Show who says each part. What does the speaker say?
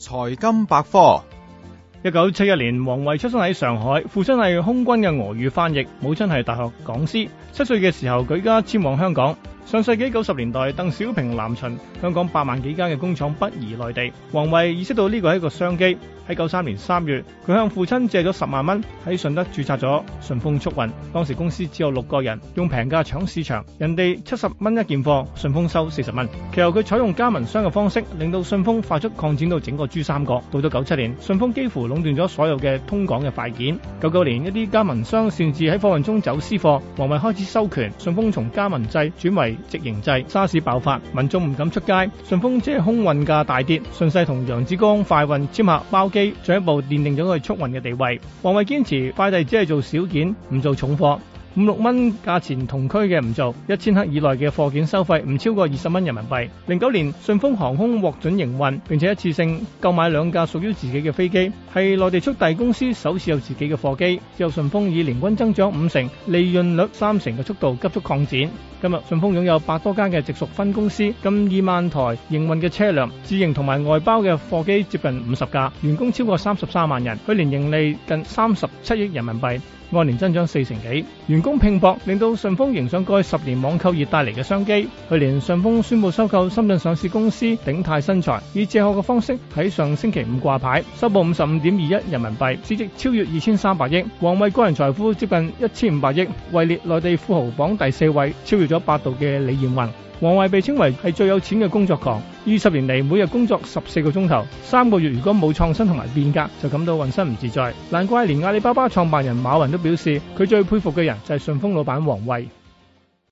Speaker 1: 財金百科。
Speaker 2: 1971年，王維出生喺上海，父親係空軍嘅俄語翻譯，母親係大學講師。7歲嘅時候，舉家遷往香港。上世紀90年代，鄧小平南巡，香港8萬幾間嘅工廠北移內地。王維意識到呢個係一個商機。喺93年3月，佢向父親借咗10萬蚊，喺順德註冊咗順豐速運。當時公司只有6個人，用平價搶市場，人哋70蚊一件貨，順豐收40蚊。其後佢採用加盟商嘅方式，令到順豐快速擴展到整個珠三角。到咗97年，順豐幾乎壟斷咗所有嘅通港嘅快件。99年，一啲加盟商擅自喺貨運中走私貨，王維開始收權，順豐從加盟制轉為直營制。沙士爆發，民眾唔敢出街，順豐即係空運價大跌，順勢同揚子江快運簽下包機，進一步奠定咗佢速運嘅地位。王維堅持快遞只係做小件，唔做重貨，5-6蚊價錢同區嘅唔做，1000克以內嘅貨件收費唔超過20蚊人民幣。09年，順豐航空獲准營運，並且一次性購買2架屬於自己嘅飛機，係內地速遞公司首次有自己嘅貨機。之後順豐以年均增長5成、利潤率3成嘅速度急速擴展。今日順豐擁有100多間嘅直屬分公司，近2萬台營運嘅車輛，自營同埋外包嘅貨機接近50架，員工超過33萬人，去年盈利近37億人民幣，按年增長4成幾。員工拼搏令到順豐迎上過去10年網購熱帶嚟嘅商機。去年順豐宣布收購深圳上市公司鼎泰新材，以借殼嘅方式喺上星期5掛牌，收報55.2億人民幣，市值超越2300億。王維個人財富接近1500億，位列內地富豪榜第4位，超越咗百度嘅李彥宏。王維被稱為係最有錢嘅工作狂，20年嚟每日工作14個鐘頭，3個月如果冇創新同埋變革，就感到渾身唔自在。難怪連阿里巴巴創辦人馬雲都表示，佢最佩服嘅人就係順豐老闆王維。